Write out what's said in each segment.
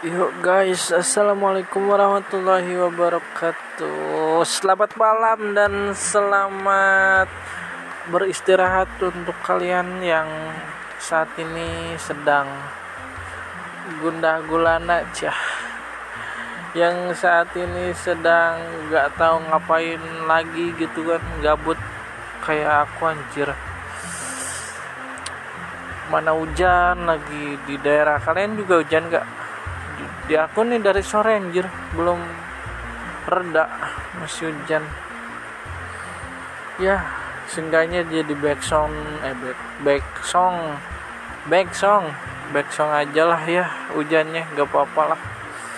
Yuk guys, assalamualaikum warahmatullahi wabarakatuh. Selamat malam dan selamat beristirahat untuk kalian yang saat ini sedang gundah gulana yang saat ini sedang gak tahu ngapain lagi gitu kan, gabut kayak aku anjir. Mana hujan lagi di daerah kalian juga hujan gak? Di aku nih dari sore anjir belum reda, masih hujan ya. Seenggaknya jadi back song aja lah ya, hujannya gak apa-apa lah.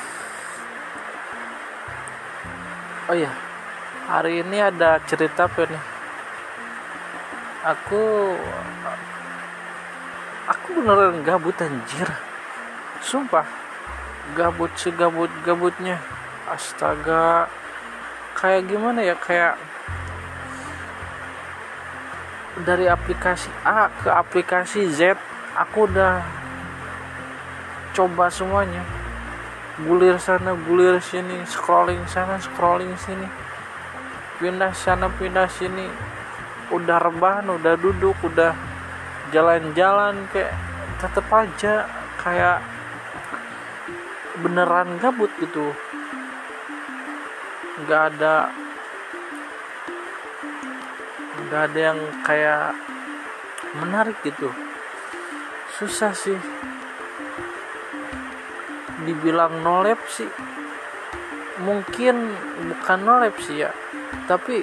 Oh iya, hari ini ada cerita apa nih. Aku beneran gabut anjir, sumpah. Gabutnya astaga, kayak gimana ya, kayak dari aplikasi A ke aplikasi Z aku udah coba semuanya, gulir sana gulir sini, scrolling sana scrolling sini, pindah sana pindah sini, udah rebahan, udah duduk, udah jalan-jalan, kayak tetep aja kayak beneran gabut gitu. Nggak ada yang kayak menarik gitu. Susah sih dibilang nolep sih, mungkin bukan nolep sih ya, tapi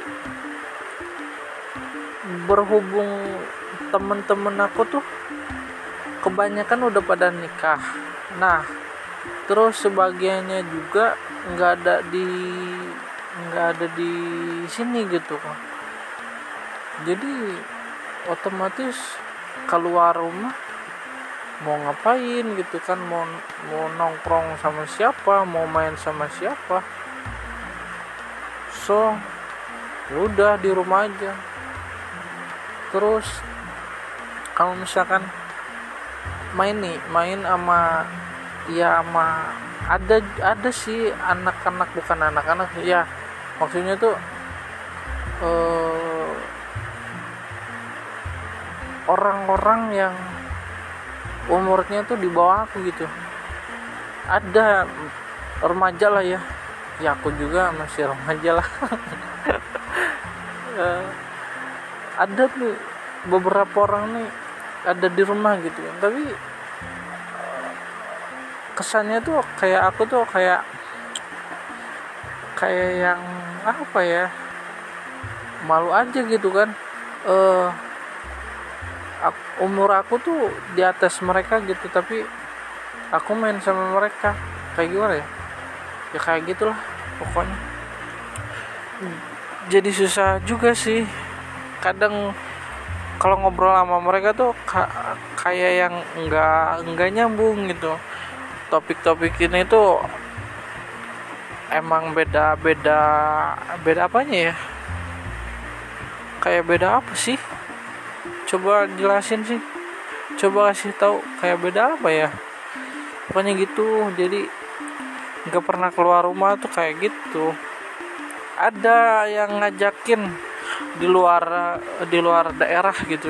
berhubung temen-temen aku tuh kebanyakan udah pada nikah. Nah, terus sebagiannya juga nggak ada di sini gitu kan. Jadi otomatis keluar rumah mau ngapain gitu kan, mau nongkrong sama siapa, mau main sama siapa, so udah di rumah aja. Terus kalau misalkan main sama ada sih anak-anak, bukan anak-anak ya, maksudnya tuh orang-orang yang umurnya tuh di bawah aku gitu. Ada remaja lah ya aku juga masih remaja lah. Ada tuh beberapa orang nih ada di rumah gitu kan, tapi kesannya tuh kayak aku tuh kayak yang apa ya, malu aja gitu kan. Umur aku tuh di atas mereka gitu, tapi aku main sama mereka, kayak gimana ya, kayak gitulah pokoknya. Jadi susah juga sih kadang kalau ngobrol sama mereka tuh kayak yang enggak nyambung gitu. Topik-topik ini tuh emang beda apanya ya, kayak beda apa sih, coba jelasin sih, coba kasih tahu kayak beda apa ya, pokoknya gitu. Jadi nggak pernah keluar rumah tuh kayak gitu. Ada yang ngajakin di luar daerah gitu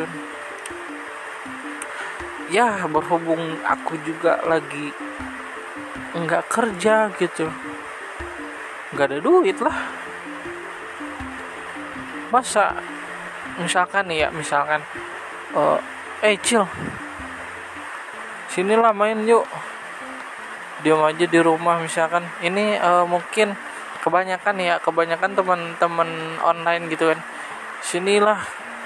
ya, berhubung aku juga lagi nggak kerja gitu, nggak ada duit lah. Masa misalkan Cil, sinilah main yuk, diam aja di rumah misalkan. Ini mungkin kebanyakan teman-teman online gitu kan, sinilah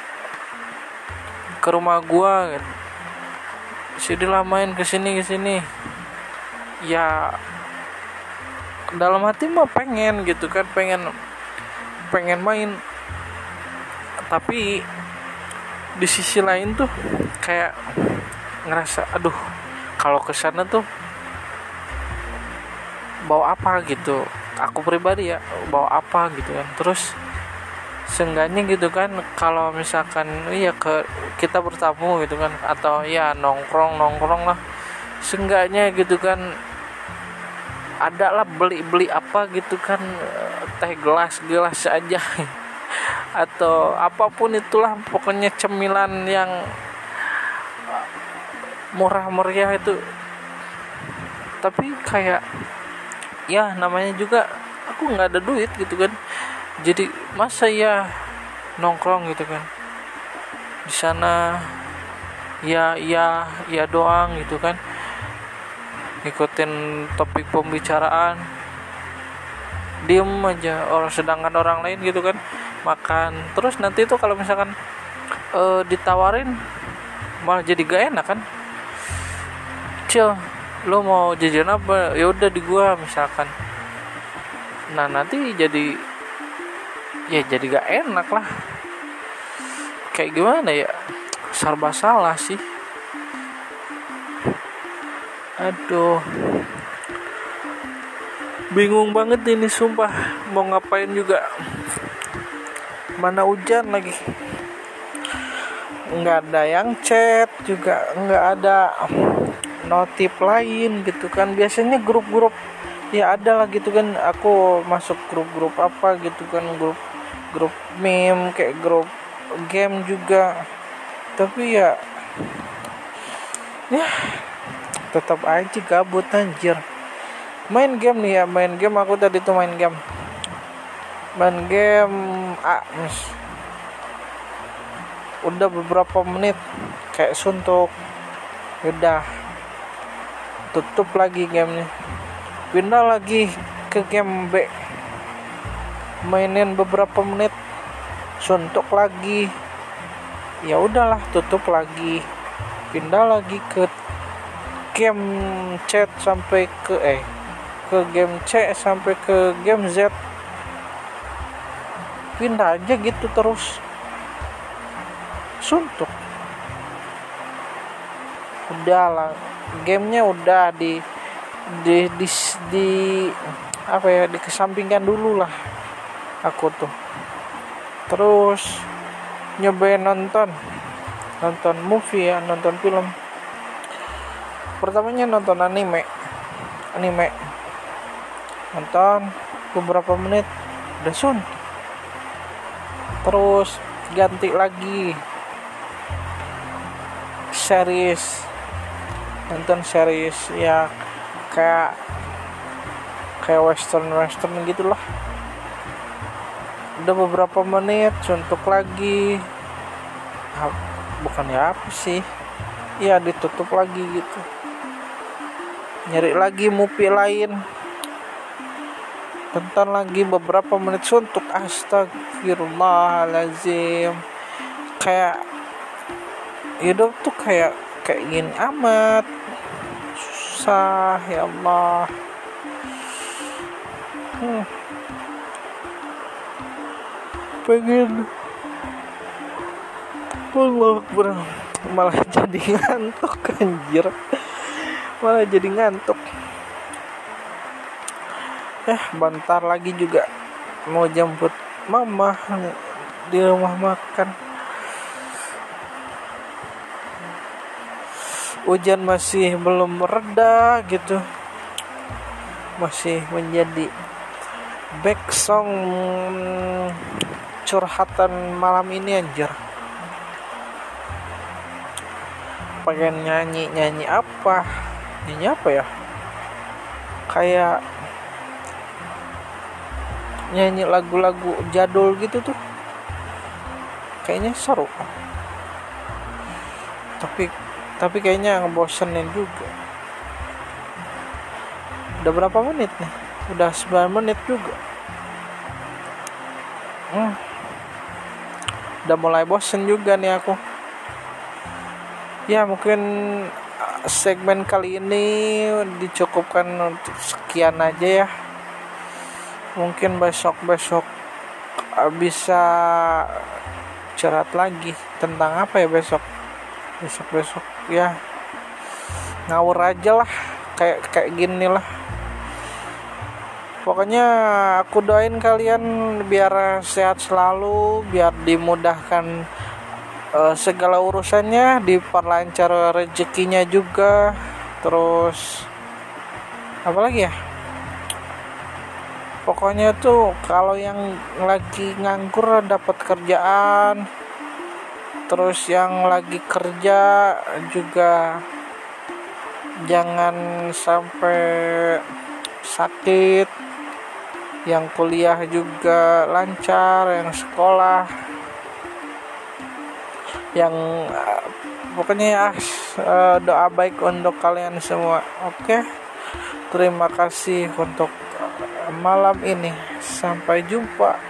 ke rumah gua gitu. Sinilah main kesini ya, dalam hati mah pengen gitu kan, pengen main, tapi di sisi lain tuh kayak ngerasa aduh, kalau kesana tuh bawa apa gitu, aku pribadi ya bawa apa gitu kan. Terus seenggaknya gitu kan, kalau misalkan kita bertamu gitu kan, atau ya nongkrong lah, seenggaknya gitu kan ada lah beli apa gitu kan, teh gelas aja atau apapun itulah, pokoknya cemilan yang murah meriah itu. Tapi kayak ya namanya juga aku nggak ada duit gitu kan, jadi masa ya nongkrong gitu kan di sana, ya doang gitu kan, ngikutin topik pembicaraan, diem aja orang, sedangkan orang lain gitu kan makan. Terus nanti tuh kalau misalkan ditawarin malah jadi gak enak kan. Cil, lo mau jajan apa? Ya udah di gua misalkan. Nah nanti jadi gak enak lah. Kayak gimana ya? Serba salah sih. Aduh, bingung banget ini sumpah, mau ngapain juga. Mana hujan lagi, nggak ada yang chat juga, nggak ada notif lain gitu kan. Biasanya grup-grup ya ada lah gitu kan, aku masuk grup-grup apa gitu kan, grup meme, kayak grup game juga. Tapi ya tetap aja gabut anjir. Main game nih ya, aku tadi tuh main game udah beberapa menit kayak suntuk, udah tutup lagi gamenya, pindah lagi ke game B, mainin beberapa menit suntuk lagi, ya udahlah tutup lagi, pindah lagi ke game chat sampai ke game C sampai ke game Z, pindah aja gitu terus, suntuk. Udahlah, gamenya udah di apa ya, dikesampingkan dulu lah aku tuh. Terus nyobain nonton movie ya, nonton film. Pertamanya nonton anime, nonton beberapa menit udah suntuk. Terus ganti lagi nonton series ya, kayak western gitulah. Udah beberapa menit suntuk lagi, bukan ya apa sih ya, ditutup lagi gitu, nyari lagi movie lain, tonton lagi beberapa menit suntuk. Astagfirullahaladzim, kayak hidup tuh kayak gini amat susah ya Allah. Pengen Allah malah jadi ngantuk anjir, bentar lagi juga mau jemput mama di rumah makan. Hujan masih belum mereda gitu, masih menjadi back song curhatan malam ini anjir. Pengen nyanyi apa ya, kayak nyanyi lagu-lagu jadul gitu tuh kayaknya seru, tapi kayaknya ngebosenin juga. Udah berapa menit nih? Udah 9 menit juga. Udah mulai bosen juga nih aku. Ya mungkin segmen kali ini dicukupkan untuk sekian aja ya. Mungkin besok bisa curhat lagi tentang apa ya besok ya, ngawur aja lah, kayak gini lah. Pokoknya aku doain kalian biar sehat selalu, biar dimudahkan segala urusannya, diperlancar rezekinya juga. Terus apa lagi ya, pokoknya tuh kalau yang lagi nganggur dapat kerjaan, terus yang lagi kerja juga jangan sampai sakit, yang kuliah juga lancar, yang sekolah, yang pokoknya ya, doa baik untuk kalian semua. Oke, terima kasih untuk malam ini, sampai jumpa.